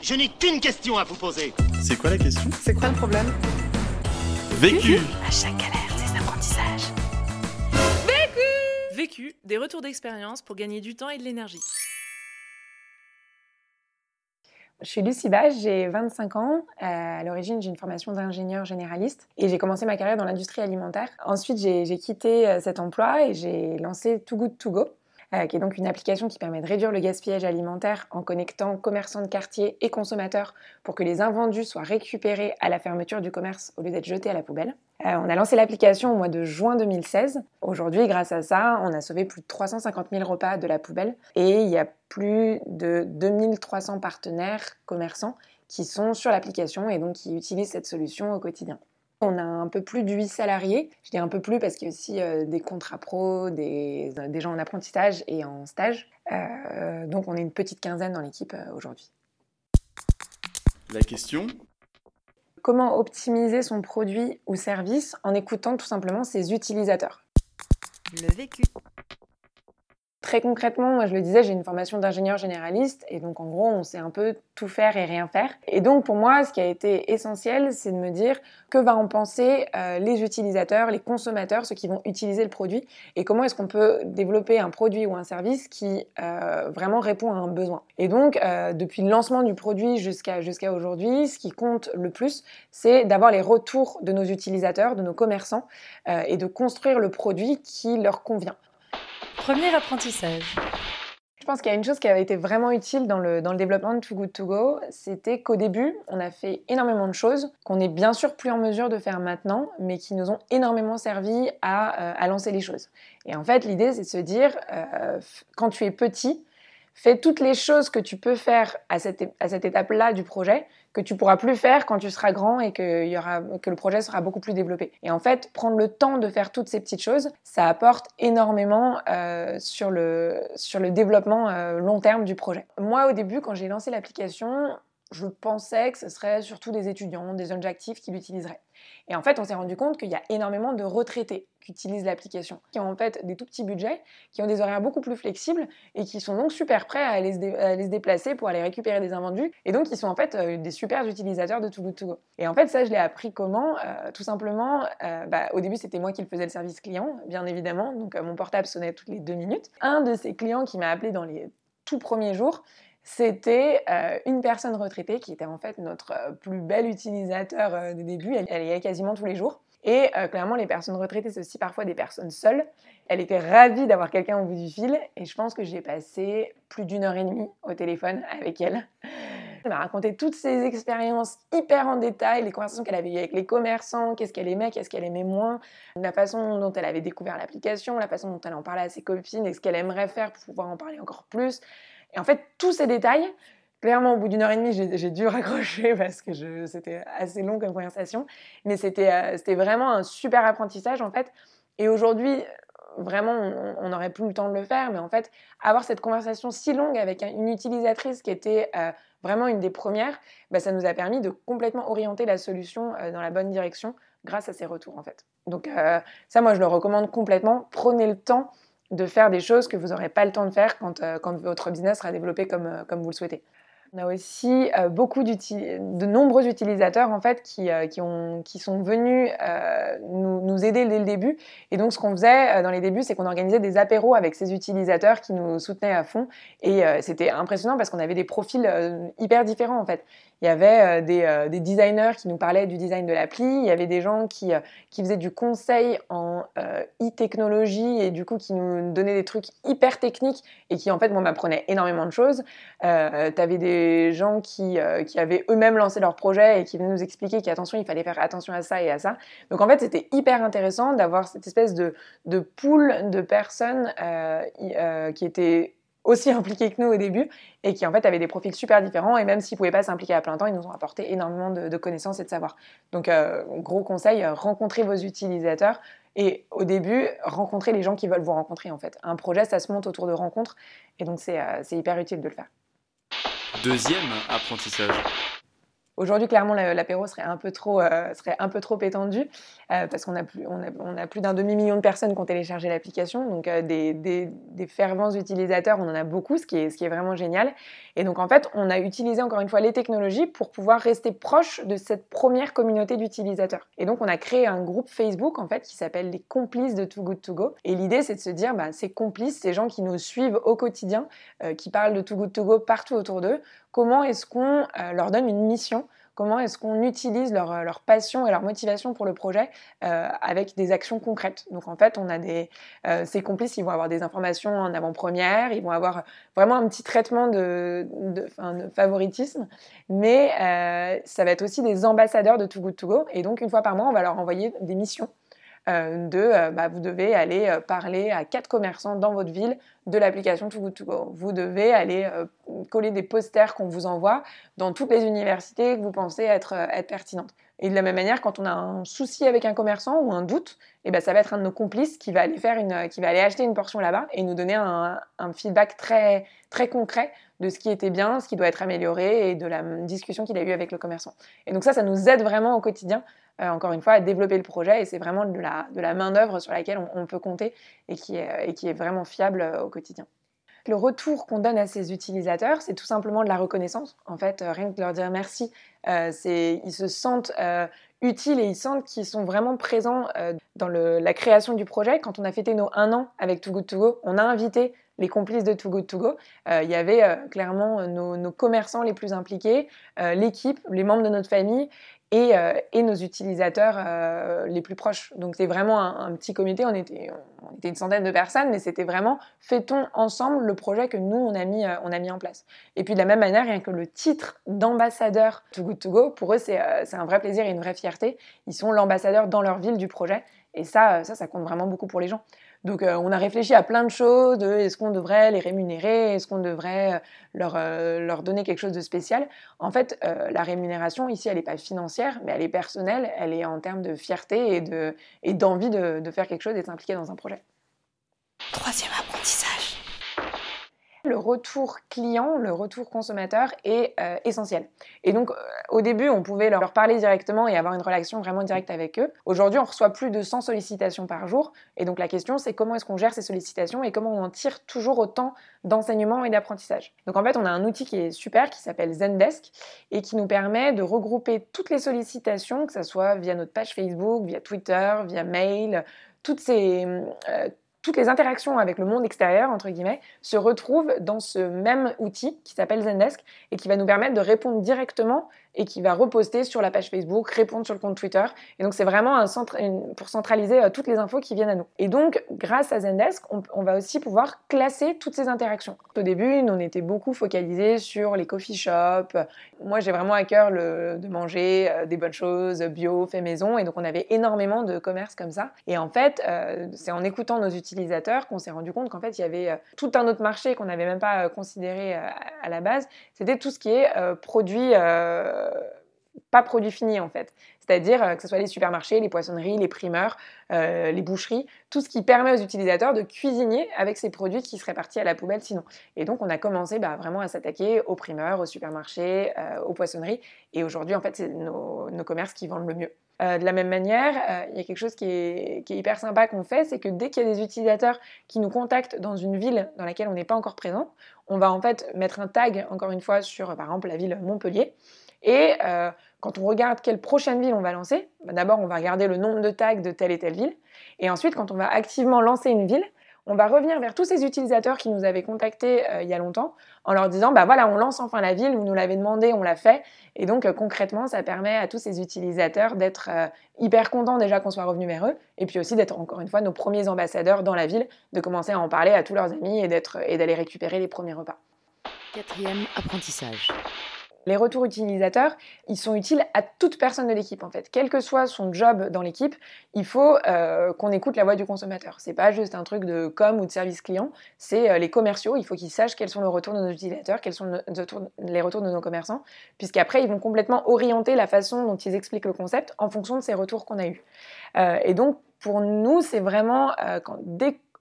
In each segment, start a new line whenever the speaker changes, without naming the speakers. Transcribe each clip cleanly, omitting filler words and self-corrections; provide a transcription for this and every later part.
Je n'ai qu'une question à vous poser.
C'est quoi la question?
C'est quoi le problème?
Vécu.
À chaque galère, des apprentissages.
Vécu, des retours d'expérience pour gagner du temps et de l'énergie.
Je suis Lucie Bage, j'ai 25 ans. À l'origine, j'ai une formation d'ingénieur généraliste et j'ai commencé ma carrière dans l'industrie alimentaire. Ensuite, j'ai quitté cet emploi et j'ai lancé Too Good To Go, qui est donc une application qui permet de réduire le gaspillage alimentaire en connectant commerçants de quartier et consommateurs pour que les invendus soient récupérés à la fermeture du commerce au lieu d'être jetés à la poubelle. On a lancé l'application au mois de juin 2016. Aujourd'hui, grâce à ça, on a sauvé plus de 350 000 repas de la poubelle et il y a plus de 2300 partenaires commerçants qui sont sur l'application et donc qui utilisent cette solution au quotidien. On a un peu plus de 8 salariés. Je dis un peu plus parce qu'il y a aussi des contrats pro, des gens en apprentissage et en stage. Donc on est une petite quinzaine dans l'équipe aujourd'hui.
La question?
Comment optimiser son produit ou service en écoutant tout simplement ses utilisateurs?
Le vécu.
Très concrètement, moi je le disais, j'ai une formation d'ingénieur généraliste et donc en gros on sait un peu tout faire et rien faire. Et donc pour moi ce qui a été essentiel c'est de me dire que va en penser les utilisateurs, les consommateurs, ceux qui vont utiliser le produit et comment est-ce qu'on peut développer un produit ou un service qui vraiment répond à un besoin. Et donc depuis le lancement du produit jusqu'à aujourd'hui, ce qui compte le plus c'est d'avoir les retours de nos utilisateurs, de nos commerçants et de construire le produit qui leur convient.
Premier apprentissage.
Je pense qu'il y a une chose qui avait été vraiment utile dans le développement de Too Good To Go, c'était qu'au début, on a fait énormément de choses qu'on n'est bien sûr plus en mesure de faire maintenant, mais qui nous ont énormément servi à lancer les choses. Et en fait, l'idée, c'est de se dire, quand tu es petit, fais toutes les choses que tu peux faire à cette étape-là du projet, que tu pourras plus faire quand tu seras grand et que le projet sera beaucoup plus développé. Et en fait, prendre le temps de faire toutes ces petites choses, ça apporte énormément sur le développement long terme du projet. Moi, au début, quand j'ai lancé l'application, je pensais que ce serait surtout des étudiants, des jeunes actifs qui l'utiliseraient. Et en fait, on s'est rendu compte qu'il y a énormément de retraités qui utilisent l'application, qui ont en fait des tout petits budgets, qui ont des horaires beaucoup plus flexibles et qui sont donc super prêts à aller se déplacer pour aller récupérer des invendus. Et donc, ils sont en fait des super utilisateurs de Too Good To Go. Et en fait, ça, je l'ai appris comment? Tout simplement, au début, c'était moi qui le faisais le service client, bien évidemment. Donc, mon portable sonnait toutes les 2 minutes. Un de ces clients qui m'a appelé dans les tout premiers jours, c'était une personne retraitée qui était en fait notre plus bel utilisateur des débuts. Elle y allait quasiment tous les jours. Et clairement, les personnes retraitées, c'est aussi parfois des personnes seules. Elle était ravie d'avoir quelqu'un au bout du fil. Et je pense que j'ai passé plus d'1h30 au téléphone avec elle. Elle m'a raconté toutes ses expériences hyper en détail, les conversations qu'elle avait eues avec les commerçants, qu'est-ce qu'elle aimait moins, la façon dont elle avait découvert l'application, la façon dont elle en parlait à ses copines et ce qu'elle aimerait faire pour pouvoir en parler encore plus. Et en fait, tous ces détails, clairement, au bout d'1h30, j'ai dû raccrocher parce que c'était assez long comme conversation. Mais c'était vraiment un super apprentissage, en fait. Et aujourd'hui, vraiment, on n'aurait plus le temps de le faire. Mais en fait, avoir cette conversation si longue avec une utilisatrice qui était vraiment une des premières, ça nous a permis de complètement orienter la solution dans la bonne direction grâce à ces retours, en fait. Donc ça, moi, je le recommande complètement. Prenez le temps de faire des choses que vous n'aurez pas le temps de faire quand votre business sera développé comme vous le souhaitez. On a aussi de nombreux utilisateurs en fait qui sont venus nous aider dès le début. Et donc ce qu'on faisait dans les débuts, c'est qu'on organisait des apéros avec ces utilisateurs qui nous soutenaient à fond. Et c'était impressionnant parce qu'on avait des profils hyper différents en fait. Il y avait des designers qui nous parlaient du design de l'appli. Il y avait des gens qui faisaient du conseil en e-technologie et du coup qui nous donnaient des trucs hyper techniques et qui en fait m'apprenaient énormément de choses. T'avais des gens qui avaient eux-mêmes lancé leur projet et qui venaient nous expliquer qu'attention, il fallait faire attention à ça et à ça. Donc en fait, c'était hyper intéressant d'avoir cette espèce de pool de personnes qui étaient aussi impliqués que nous au début et qui en fait avaient des profils super différents et même s'ils ne pouvaient pas s'impliquer à plein temps, ils nous ont apporté énormément de connaissances et de savoir. Donc gros conseil, rencontrez vos utilisateurs et au début, rencontrez les gens qui veulent vous rencontrer en fait. Un projet, ça se monte autour de rencontres et donc c'est hyper utile de le faire.
Deuxième apprentissage.
Aujourd'hui, clairement, l'apéro serait un peu trop étendu parce qu'on a plus d'un demi-million de personnes qui ont téléchargé l'application. Donc, des fervents utilisateurs, on en a beaucoup, ce qui est vraiment génial. Et donc, en fait, on a utilisé encore une fois les technologies pour pouvoir rester proche de cette première communauté d'utilisateurs. Et donc, on a créé un groupe Facebook, en fait, qui s'appelle les complices de Too Good To Go. Et l'idée, c'est de se dire, ces complices, ces gens qui nous suivent au quotidien, qui parlent de Too Good To Go partout autour d'eux, comment est-ce qu'on leur donne une mission ? Comment est-ce qu'on utilise leur passion et leur motivation pour le projet avec des actions concrètes. Donc en fait, on a ces complices, ils vont avoir des informations en avant-première, ils vont avoir vraiment un petit traitement de favoritisme, mais ça va être aussi des ambassadeurs de Too Good To Go. Et donc une fois par mois, on va leur envoyer des missions vous devez aller parler à 4 commerçants dans votre ville de l'application Too Good To Go. Vous devez aller coller des posters qu'on vous envoie dans toutes les universités que vous pensez être pertinentes. Et de la même manière, quand on a un souci avec un commerçant ou un doute, ça va être un de nos complices qui va aller acheter une portion là-bas et nous donner un feedback très, très concret de ce qui était bien, ce qui doit être amélioré et de la discussion qu'il a eue avec le commerçant. Et donc ça nous aide vraiment au quotidien, encore une fois, à développer le projet et c'est vraiment de la main-d'œuvre sur laquelle on peut compter et qui est vraiment fiable au quotidien. Le retour qu'on donne à ces utilisateurs, c'est tout simplement de la reconnaissance. En fait, rien que de leur dire merci, ils se sentent utiles et ils sentent qu'ils sont vraiment présents dans la création du projet. Quand on a fêté nos 1 an avec Too Good To Go, on a invité les complices de Too Good To Go. Il y avait clairement nos commerçants les plus impliqués, l'équipe, les membres de notre famille et nos utilisateurs les plus proches. Donc c'est vraiment un petit comité, on était une centaine de personnes, mais c'était vraiment fêtons ensemble le projet que nous on a mis en place. Et puis de la même manière, rien que le titre d'ambassadeur Too Good To Go, pour eux c'est un vrai plaisir et une vraie fierté. Ils sont l'ambassadeur dans leur ville du projet et ça compte vraiment beaucoup pour les gens. Donc on a réfléchi à plein de choses, est-ce qu'on devrait les rémunérer, est-ce qu'on devrait leur donner quelque chose de spécial. En fait, la rémunération ici, elle n'est pas financière, mais elle est personnelle, elle est en termes de fierté et d'envie de faire quelque chose et de s'impliquer dans un projet.
3e apprentissage.
Le retour client, le retour consommateur est essentiel. Et donc, au début, on pouvait leur parler directement et avoir une relation vraiment directe avec eux. Aujourd'hui, on reçoit plus de 100 sollicitations par jour. Et donc, la question, c'est comment est-ce qu'on gère ces sollicitations et comment on en tire toujours autant d'enseignement et d'apprentissage. Donc, en fait, on a un outil qui est super, qui s'appelle Zendesk et qui nous permet de regrouper toutes les sollicitations, que ce soit via notre page Facebook, via Twitter, via mail, toutes les interactions avec le monde extérieur, entre guillemets, se retrouvent dans ce même outil qui s'appelle Zendesk et qui va nous permettre de répondre directement et qui va reposter sur la page Facebook, répondre sur le compte Twitter. Et donc, c'est vraiment pour centraliser toutes les infos qui viennent à nous. Et donc, grâce à Zendesk, on va aussi pouvoir classer toutes ces interactions. Au début, on était beaucoup focalisés sur les coffee shops. Moi, j'ai vraiment à cœur de manger des bonnes choses bio, fait maison. Et donc, on avait énormément de commerces comme ça. Et en fait, c'est en écoutant nos utilisateurs qu'on s'est rendu compte qu'en fait, il y avait tout un autre marché qu'on n'avait même pas considéré à la base. C'était tout ce qui est pas produits finis en fait. C'est-à-dire que ce soit les supermarchés, les poissonneries, les primeurs, les boucheries, tout ce qui permet aux utilisateurs de cuisiner avec ces produits qui seraient partis à la poubelle sinon. Et donc on a commencé vraiment à s'attaquer aux primeurs, aux supermarchés, aux poissonneries. Et aujourd'hui en fait c'est nos commerces qui vendent le mieux. De la même manière, il y a quelque chose qui est hyper sympa qu'on fait, c'est que dès qu'il y a des utilisateurs qui nous contactent dans une ville dans laquelle on n'est pas encore présent, on va en fait mettre un tag encore une fois sur par exemple la ville Montpellier. Et quand on regarde quelle prochaine ville on va lancer, d'abord on va regarder le nombre de tags de telle et telle ville. Et ensuite, quand on va activement lancer une ville, on va revenir vers tous ces utilisateurs qui nous avaient contactés il y a longtemps en leur disant voilà, on lance enfin la ville, vous nous l'avez demandé, on l'a fait. Et donc concrètement, ça permet à tous ces utilisateurs d'être hyper contents déjà qu'on soit revenu vers eux et puis aussi d'être encore une fois nos premiers ambassadeurs dans la ville, de commencer à en parler à tous leurs amis et d'aller récupérer les premiers repas.
4e apprentissage.
Les retours utilisateurs, ils sont utiles à toute personne de l'équipe en fait. Quel que soit son job dans l'équipe, il faut qu'on écoute la voix du consommateur. C'est pas juste un truc de com ou de service client, c'est les commerciaux. Il faut qu'ils sachent quels sont les retours de nos utilisateurs, quels sont les retours de nos commerçants, puisqu'après ils vont complètement orienter la façon dont ils expliquent le concept en fonction de ces retours qu'on a eus. Et donc pour nous, c'est vraiment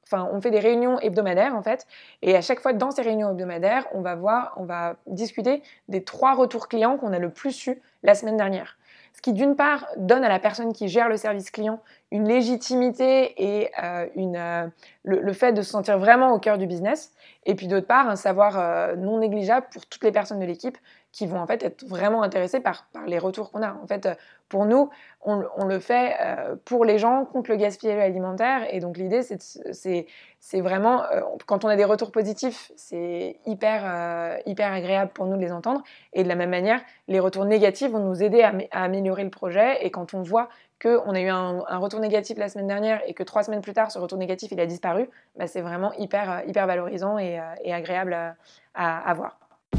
on fait des réunions hebdomadaires en fait, et à chaque fois dans ces réunions hebdomadaires, on va discuter des 3 retours clients qu'on a le plus eu la semaine dernière. Ce qui d'une part donne à la personne qui gère le service client une légitimité et le fait de se sentir vraiment au cœur du business, et puis d'autre part un savoir non négligeable pour toutes les personnes de l'équipe qui vont en fait être vraiment intéressées par les retours qu'on a. En fait, pour nous, on le fait pour les gens contre le gaspillage alimentaire, et donc l'idée c'est vraiment, quand on a des retours positifs, c'est hyper agréable pour nous de les entendre, et de la même manière, les retours négatifs vont nous aider à améliorer le projet, et quand on voit qu'on a eu un retour négatif la semaine dernière et que 3 semaines plus tard, ce retour négatif il a disparu, bah, c'est vraiment hyper valorisant et agréable à voir.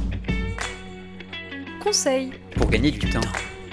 Conseil
pour gagner du temps.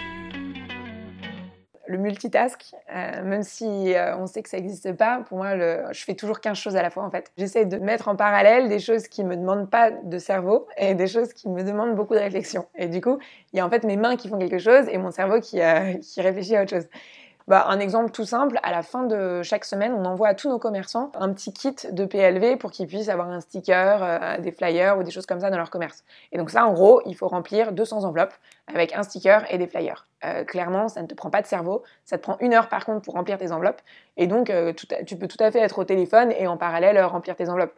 Le multitask, même si on sait que ça n'existe pas, pour moi, je fais toujours 15 choses à la fois en fait. J'essaie de mettre en parallèle des choses qui ne me demandent pas de cerveau et des choses qui me demandent beaucoup de réflexion. Et du coup, il y a en fait mes mains qui font quelque chose et mon cerveau qui réfléchit à autre chose. Un exemple tout simple, à la fin de chaque semaine, on envoie à tous nos commerçants un petit kit de PLV pour qu'ils puissent avoir un sticker, des flyers ou des choses comme ça dans leur commerce. Et donc ça, en gros, il faut remplir 200 enveloppes avec un sticker et des flyers. Clairement, ça ne te prend pas de cerveau, ça te prend 1 heure par contre pour remplir tes enveloppes. Et donc, tu peux tout à fait être au téléphone et en parallèle remplir tes enveloppes.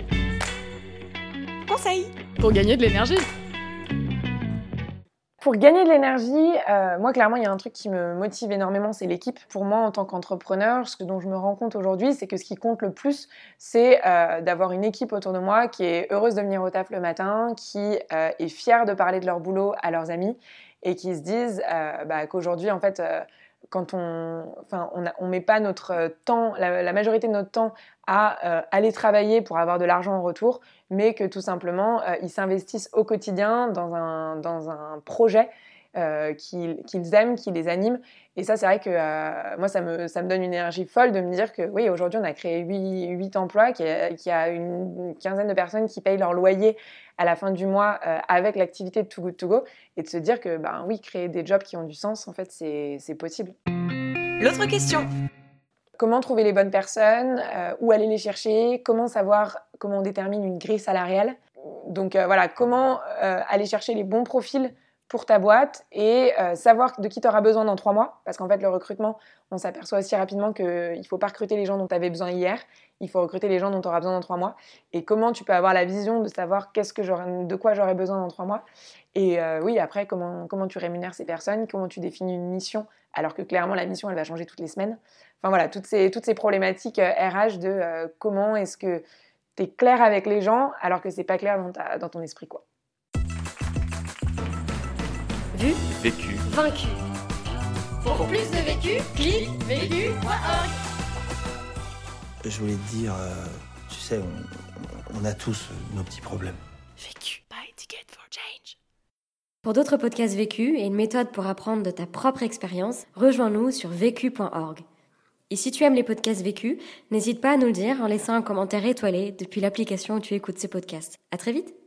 Conseil pour gagner de l'énergie.
Pour gagner de l'énergie, moi clairement il y a un truc qui me motive énormément, c'est l'équipe. Pour moi en tant qu'entrepreneur, ce dont je me rends compte aujourd'hui, c'est que ce qui compte le plus, c'est d'avoir une équipe autour de moi qui est heureuse de venir au taf le matin, qui est fière de parler de leur boulot à leurs amis et qui se disent qu'aujourd'hui en fait quand on met pas notre temps, la majorité de notre temps à aller travailler pour avoir de l'argent en retour, mais que tout simplement ils s'investissent au quotidien dans un projet qu'ils aiment, qui les anime. Et ça, c'est vrai que moi, ça me donne une énergie folle de me dire que oui, aujourd'hui, on a créé 8 emplois, qu'il y a une quinzaine de personnes qui payent leur loyer à la fin du mois avec l'activité de Too Good To Go, et de se dire que oui, créer des jobs qui ont du sens, en fait, c'est possible.
L'autre question.
Comment trouver les bonnes personnes, où aller les chercher, comment on détermine une grille salariale. Donc comment aller chercher les bons profils pour ta boîte et savoir de qui tu auras besoin dans 3 mois. Parce qu'en fait, le recrutement, on s'aperçoit aussi rapidement qu'il ne faut pas recruter les gens dont tu avais besoin hier, il faut recruter les gens dont tu auras besoin dans 3 mois. Et comment tu peux avoir la vision de savoir de quoi j'aurai besoin dans 3 mois. Et oui, après, comment tu rémunères ces personnes, comment tu définis une mission, alors que clairement, la mission, elle va changer toutes les semaines. Enfin voilà, toutes ces problématiques RH de comment est-ce que tu es clair avec les gens alors que c'est pas clair dans ton esprit, quoi.
Vu,
Vécu.
vaincu. Pour plus de vécu, clique vécu.org.
Je voulais te dire, tu sais, on a tous nos petits problèmes.
Vécu. Buy ticket for change. Pour d'autres podcasts vécus et une méthode pour apprendre de ta propre expérience, rejoins-nous sur vécu.org. Et si tu aimes les podcasts vécus, n'hésite pas à nous le dire en laissant un commentaire étoilé depuis l'application où tu écoutes ces podcasts. À très vite!